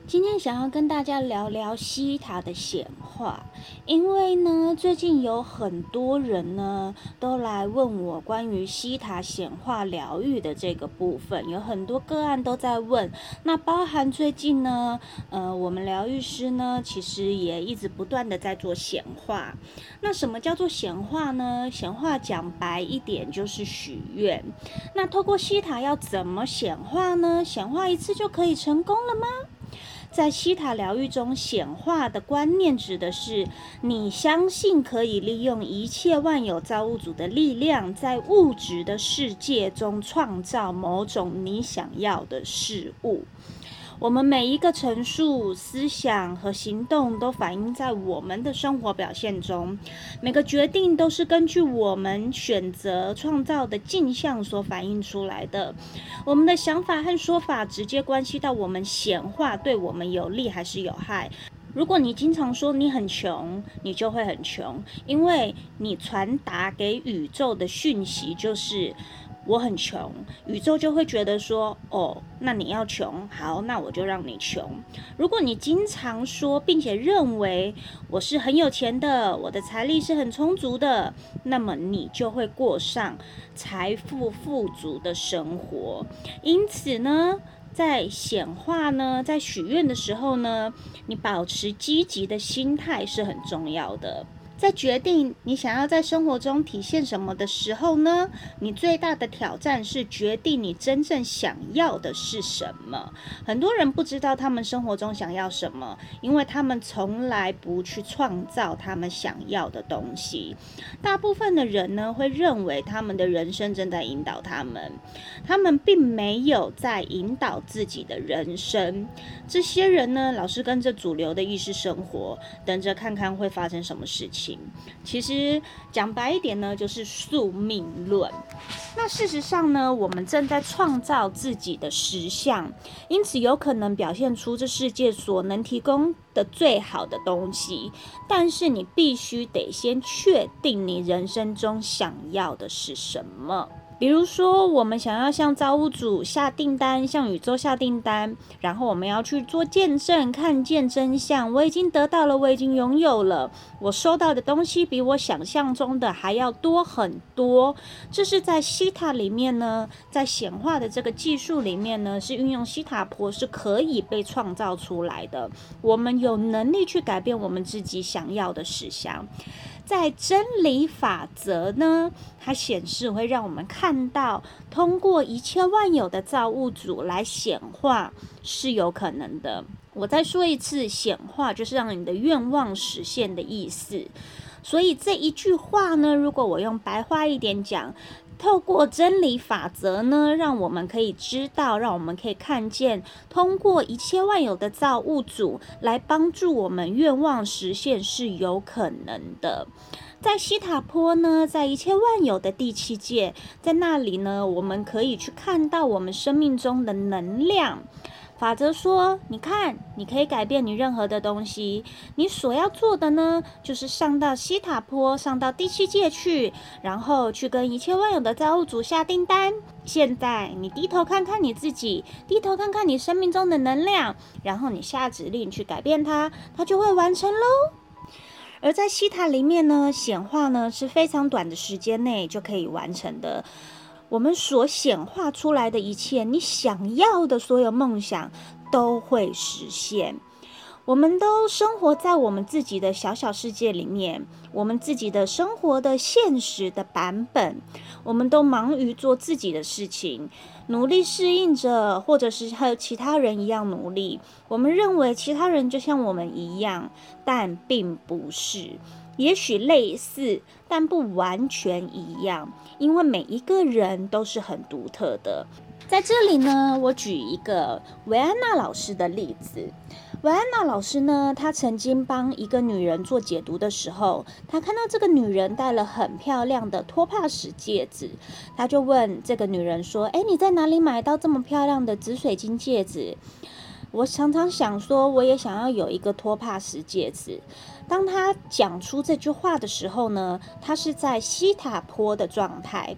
今天想要跟大家聊聊西塔的显化，因为呢，最近有很多人呢都来问我关于西塔显化疗愈的这个部分，有很多个案都在问。那包含最近呢，我们疗愈师呢，其实也一直不断的在做显化。那什么叫做显化呢？显化讲白一点就是许愿。那透过西塔要怎么显化呢？显化一次就可以成功了吗？在西塔疗愈中，显化的观念指的是你相信可以利用一切万有造物主的力量，在物质的世界中创造某种你想要的事物。我们每一个陈述、思想和行动都反映在我们的生活表现中，每个决定都是根据我们选择创造的镜像所反映出来的。我们的想法和说法直接关系到我们显化对我们有利还是有害。如果你经常说你很穷，你就会很穷，因为你传达给宇宙的讯息就是我很穷，宇宙就会觉得说，哦，那你要穷，好，那我就让你穷。如果你经常说，并且认为我是很有钱的，我的财力是很充足的，那么你就会过上财富富足的生活。因此呢，在显化呢，在许愿的时候呢，你保持积极的心态是很重要的。在决定你想要在生活中体现什么的时候呢，你最大的挑战是决定你真正想要的是什么。很多人不知道他们生活中想要什么，因为他们从来不去创造他们想要的东西。大部分的人呢，会认为他们的人生正在引导他们，他们并没有在引导自己的人生。这些人呢，老是跟着主流的意识生活，等着看看会发生什么事情。其实讲白一点呢，就是宿命论。那事实上呢，我们正在创造自己的实相，因此有可能表现出这世界所能提供的最好的东西。但是你必须得先确定你人生中想要的是什么。比如说，我们想要向造物主下订单，向宇宙下订单，然后我们要去做见证，看见真相。我已经得到了，我已经拥有了，我收到的东西比我想象中的还要多很多。这是在西塔里面呢，在显化的这个技术里面呢，是运用西塔波是可以被创造出来的。我们有能力去改变我们自己想要的实相。在真理法则呢，它显示会让我们看到，通过一切万有的造物主来显化是有可能的。我再说一次，显化就是让你的愿望实现的意思。所以这一句话呢，如果我用白话一点讲，透过真理法则呢，让我们可以知道，让我们可以看见，通过一切万有的造物主来帮助我们愿望实现是有可能的。在西塔波呢，在一切万有的第七界，在那里呢，我们可以去看到我们生命中的能量。法则说，你看，你可以改变你任何的东西。你所要做的呢，就是上到西塔波，上到第七界去，然后去跟一切万有的造物主下订单。现在你低头看看你自己，低头看看你生命中的能量，然后你下指令去改变它，它就会完成咯。而在西塔里面呢，显化呢是非常短的时间内就可以完成的。我们所显化出来的一切，你想要的所有梦想都会实现。我们都生活在我们自己的小小世界里面，我们自己的生活的现实的版本，我们都忙于做自己的事情，努力适应着，或者是和其他人一样努力。我们认为其他人就像我们一样，但并不是。也许类似，但不完全一样，因为每一个人都是很独特的。在这里呢，我举一个维安娜老师的例子。维安娜老师呢，她曾经帮一个女人做解读的时候，她看到这个女人戴了很漂亮的托帕石戒指，她就问这个女人说：你在哪里买到这么漂亮的紫水晶戒指？我常常想说，我也想要有一个托帕石戒指。当他讲出这句话的时候呢，他是在西塔波的状态。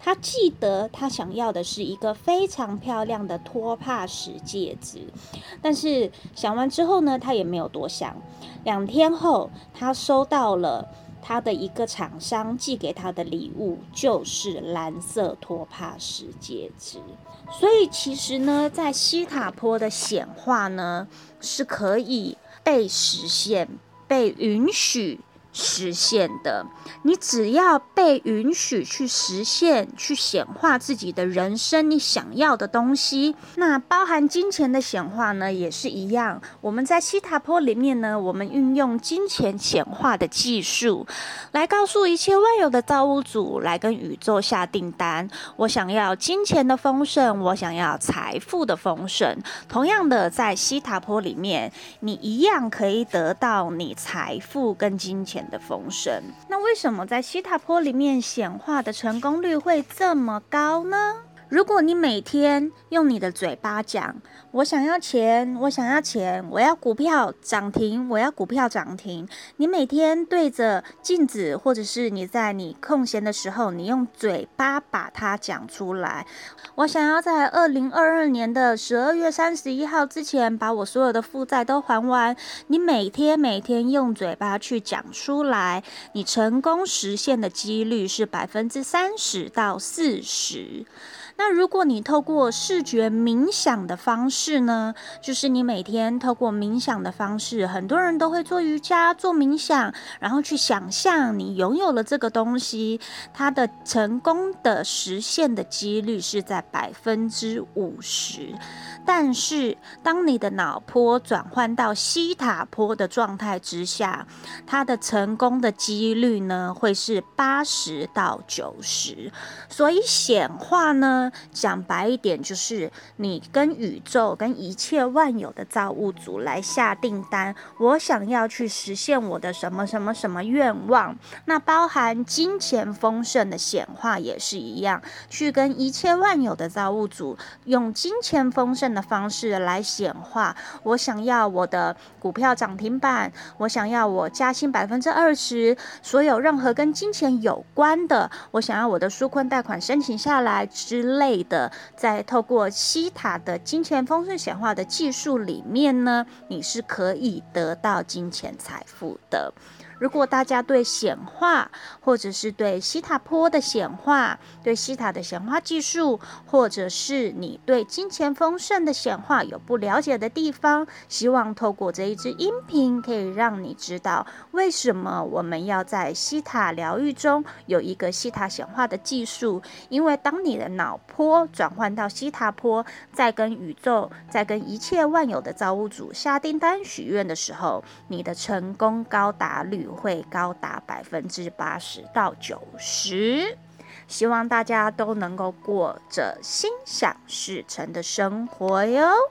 他记得他想要的是一个非常漂亮的托帕石戒指，但是想完之后呢，他也没有多想。2天后，他收到了他的一个厂商寄给他的礼物，就是蓝色托帕石戒指。所以其实呢，在西塔波的显化呢，是可以被实现、被允许实现的。你只要被允许去实现、去显化自己的人生你想要的东西，那包含金钱的显化呢，也是一样。我们在西塔波里面呢，我们运用金钱显化的技术，来告诉一切万有的造物主，来跟宇宙下订单。我想要金钱的丰盛，我想要财富的丰盛。同样的，在西塔波里面，你一样可以得到你财富跟金钱的丰盛。那为什么在西塔波里面显化的成功率会这么高呢？如果你每天用你的嘴巴讲，我想要钱，我想要钱，我要股票涨停，我要股票涨停。你每天对着镜子，或者是你在你空闲的时候，你用嘴巴把它讲出来。我想要在2022年的12月31号之前，把我所有的负债都还完。你每天用嘴巴去讲出来，你成功实现的几率是30%到40%。那如果你透过视觉冥想的方式呢，就是你每天透过冥想的方式，很多人都会做瑜伽、做冥想，然后去想象你拥有了这个东西，它的成功的实现的几率是在50%。但是当你的脑波转换到西塔波的状态之下，它的成功的几率呢会是80到90。所以显化呢，讲白一点，就是你跟宇宙、跟一切万有的造物主来下订单，我想要去实现我的什么什么什么愿望。那包含金钱丰盛的显化也是一样，去跟一切万有的造物主用金钱丰盛的方式来显化。我想要我的股票涨停板，我想要我加薪20%，所有任何跟金钱有关的，我想要我的纾困贷款申请下来之类的，在透过西塔的金钱丰盛显化的技术里面呢，你是可以得到金钱财富的。如果大家对显化，或者是对西塔波的显化，对西塔的显化技术，或者是你对金钱丰盛的显化有不了解的地方，希望透过这一支音频可以让你知道为什么我们要在西塔疗愈中有一个西塔显化的技术。因为当你的脑波转换到西塔波，在跟宇宙，在跟一切万有的造物主下订单许愿的时候，你的成功高达率会高达80%到90%。希望大家都能够过着心想事成的生活哟。